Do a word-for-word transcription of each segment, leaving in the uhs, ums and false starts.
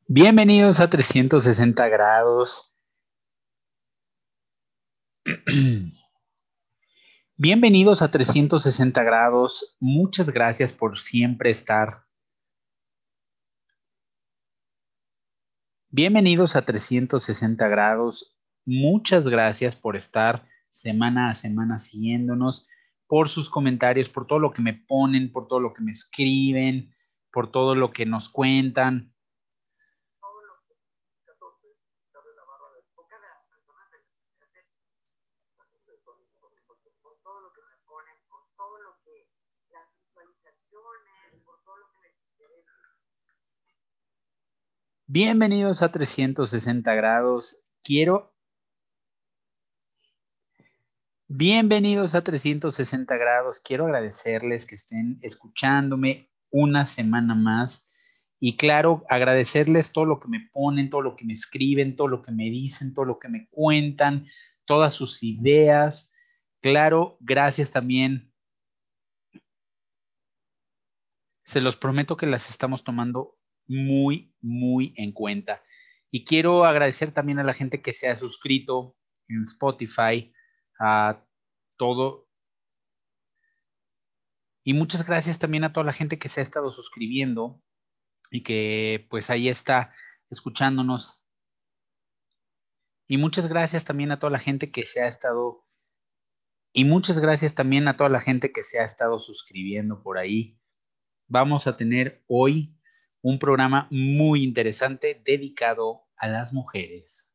Bienvenidos a trescientos sesenta grados. Bienvenidos a trescientos sesenta grados. Muchas gracias por siempre estar. Bienvenidos a trescientos sesenta grados. Muchas gracias por estar semana a semana siguiéndonos, por sus comentarios, por todo lo que me ponen, por todo lo que me escriben, por todo lo que nos cuentan. Bienvenidos a trescientos sesenta grados. Quiero Bienvenidos a trescientos sesenta grados. Quiero agradecerles que estén escuchándome una semana más y claro, agradecerles todo lo que me ponen, todo lo que me escriben, todo lo que me dicen, todo lo que me cuentan, todas sus ideas. Claro, gracias también. Se los prometo que las estamos tomando muy, muy en cuenta. Y quiero agradecer también a la gente que se ha suscrito en Spotify, a todo. Y muchas gracias también a toda la gente que se ha estado suscribiendo y que pues ahí está escuchándonos. Y muchas gracias también a toda la gente que se ha estado, y muchas gracias también a toda la gente que se ha estado suscribiendo por ahí. Vamos a tener hoy un programa muy interesante dedicado a las mujeres.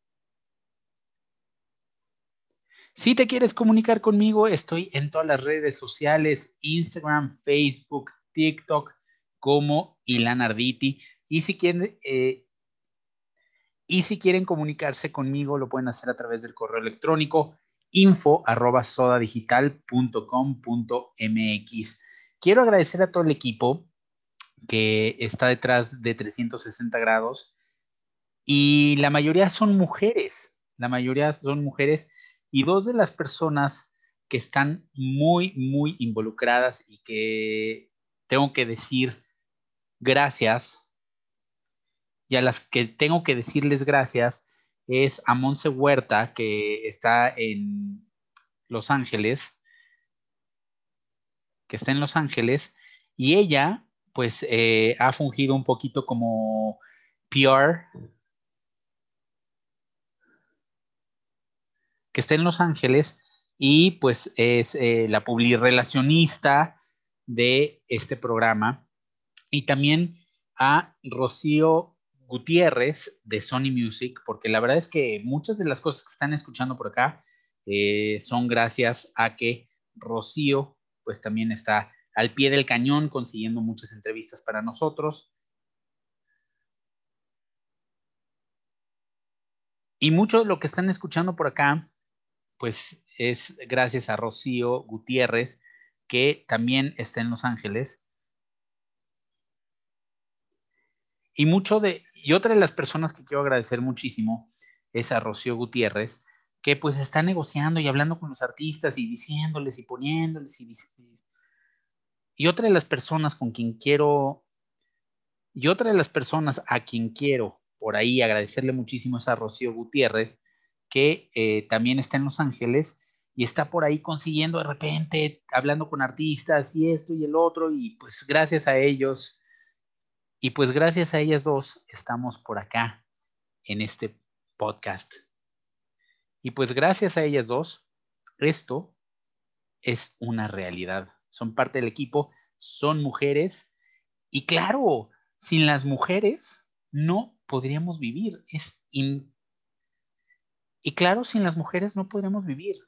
Si te quieres comunicar conmigo, estoy en todas las redes sociales, Instagram, Facebook, TikTok, como Ilan Arditi. Y si quieren, eh, y si quieren comunicarse conmigo, lo pueden hacer a través del correo electrónico info arroba sodadigital punto com punto mx. Quiero agradecer a todo el equipo que está detrás de trescientos sesenta grados y la mayoría son mujeres, la mayoría son mujeres y dos de las personas que están muy, muy involucradas y que tengo que decir gracias y a las que tengo que decirles gracias es a Monse Huerta, que está en Los Ángeles, que está en Los Ángeles, y ella, pues, eh, ha fungido un poquito como P R, que está en Los Ángeles, y pues es eh, la publirelacionista de este programa, y también a Rocío Gutiérrez de Sony Music, porque la verdad es que muchas de las cosas que están escuchando por acá eh, son gracias a que Rocío pues también está al pie del cañón consiguiendo muchas entrevistas para nosotros. Y mucho de lo que están escuchando por acá pues es gracias a Rocío Gutiérrez, que también está en Los Ángeles. Y mucho de, y otra de las personas que quiero agradecer muchísimo es a Rocío Gutiérrez, que pues está negociando y hablando con los artistas y diciéndoles y poniéndoles y, y otra de las personas con quien quiero, y otra de las personas a quien quiero por ahí agradecerle muchísimo es a Rocío Gutiérrez, que eh, también está en Los Ángeles y está por ahí consiguiendo de repente, hablando con artistas y esto y el otro, y pues gracias a ellos, y pues gracias a ellas dos estamos por acá en este podcast. Y pues gracias a ellas dos, esto es una realidad. Son parte del equipo, son mujeres y claro, sin las mujeres no podríamos vivir. Es in... Y claro, sin las mujeres no podríamos vivir.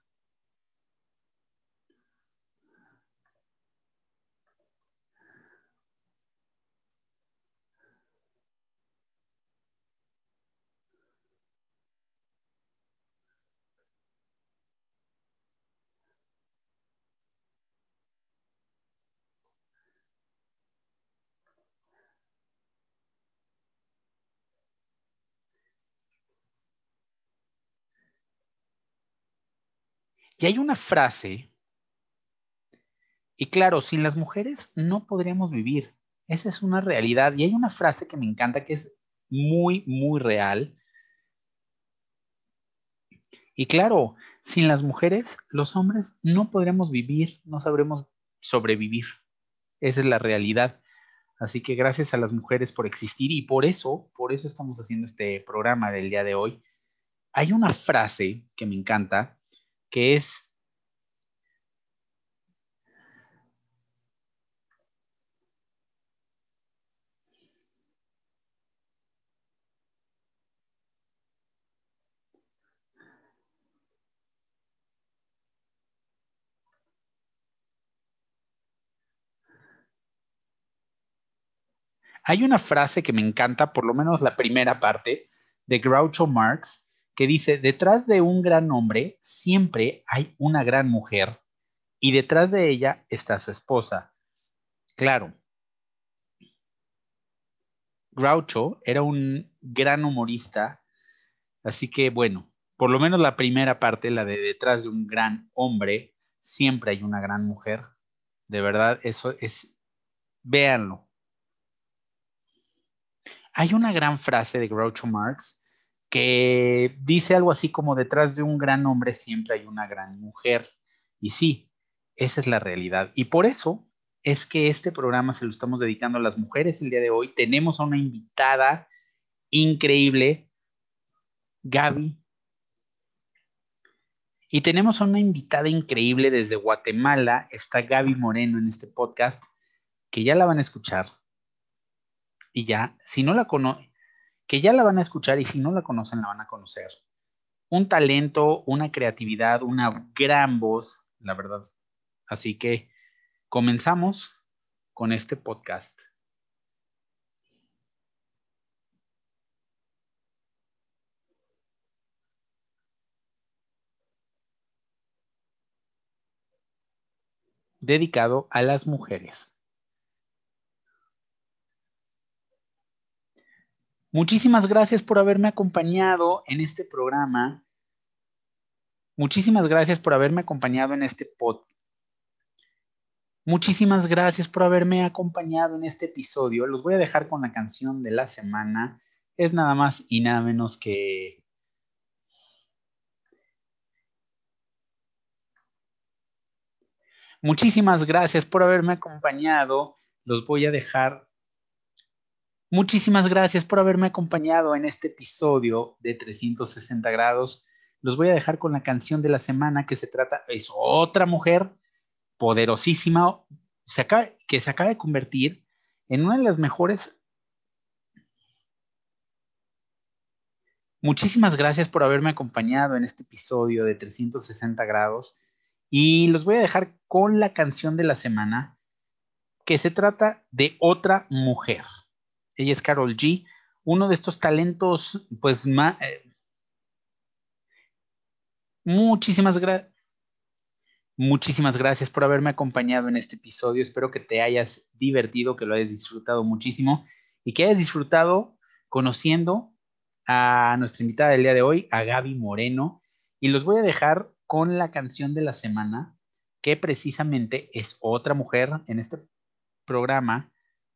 Y hay una frase, y claro, sin las mujeres no podríamos vivir. Esa es una realidad. Y hay una frase que me encanta que es muy, muy real. Y claro, sin las mujeres, los hombres no podremos vivir, no sabremos sobrevivir. Esa es la realidad. Así que gracias a las mujeres por existir y por eso, por eso estamos haciendo este programa del día de hoy. Hay una frase que me encanta, que es, hay una frase que me encanta, por lo menos la primera parte, de Groucho Marx, que dice, detrás de un gran hombre siempre hay una gran mujer y detrás de ella está su esposa. Claro, Groucho era un gran humorista, así que bueno, por lo menos la primera parte, la de detrás de un gran hombre, siempre hay una gran mujer. De verdad, eso es, véanlo. Hay una gran frase de Groucho Marx que dice algo así como detrás de un gran hombre siempre hay una gran mujer. Y sí, esa es la realidad. Y por eso es que este programa se lo estamos dedicando a las mujeres el día de hoy. Tenemos a una invitada increíble, Gaby. Y tenemos a una invitada increíble desde Guatemala. Está Gaby Moreno en este podcast, que ya la van a escuchar. Y ya, si no la conocen, que ya la van a escuchar y si no la conocen, la van a conocer. Un talento, una creatividad, una gran voz, la verdad. Así que comenzamos con este podcast dedicado a las mujeres. Muchísimas gracias por haberme acompañado en este programa. Muchísimas gracias por haberme acompañado en este podcast. Muchísimas gracias por haberme acompañado en este episodio. Los voy a dejar con la canción de la semana. Es nada más y nada menos que... Muchísimas gracias por haberme acompañado. Los voy a dejar. Muchísimas gracias por haberme acompañado en este episodio de trescientos sesenta grados. Los voy a dejar con la canción de la semana que se trata, es otra mujer poderosísima, se acaba, que se acaba de convertir en una de las mejores. Muchísimas gracias por haberme acompañado en este episodio de trescientos sesenta grados y los voy a dejar con la canción de la semana que se trata de otra mujer. Ella es Karol G, uno de estos talentos, pues más... Eh, muchísimas gracias. Muchísimas gracias por haberme acompañado en este episodio. Espero que te hayas divertido, que lo hayas disfrutado muchísimo y que hayas disfrutado conociendo a nuestra invitada del día de hoy, a Gaby Moreno. Y los voy a dejar con la canción de la semana, que precisamente es otra mujer en este programa,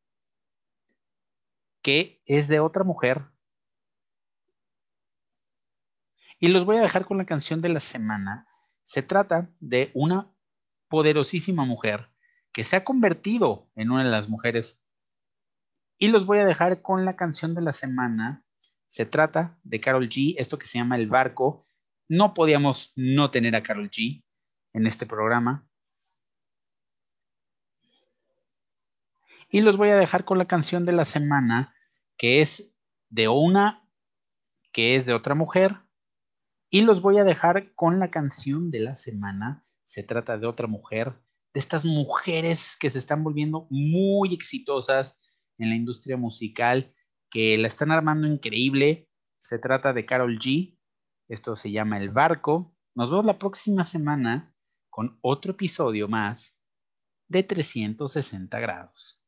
que es de otra mujer. Y los voy a dejar con la canción de la semana. Se trata de una poderosísima mujer que se ha convertido en una de las mujeres. Y los voy a dejar con la canción de la semana. Se trata de Karol G, esto que se llama El Barco. No podíamos no tener a Karol G en este programa. Y los voy a dejar con la canción de la semana, que es de una, que es de otra mujer. Y los voy a dejar con la canción de la semana. Se trata de otra mujer, de estas mujeres que se están volviendo muy exitosas en la industria musical, que la están armando increíble. Se trata de Karol G. Esto se llama El Barco. Nos vemos la próxima semana con otro episodio más de trescientos sesenta grados.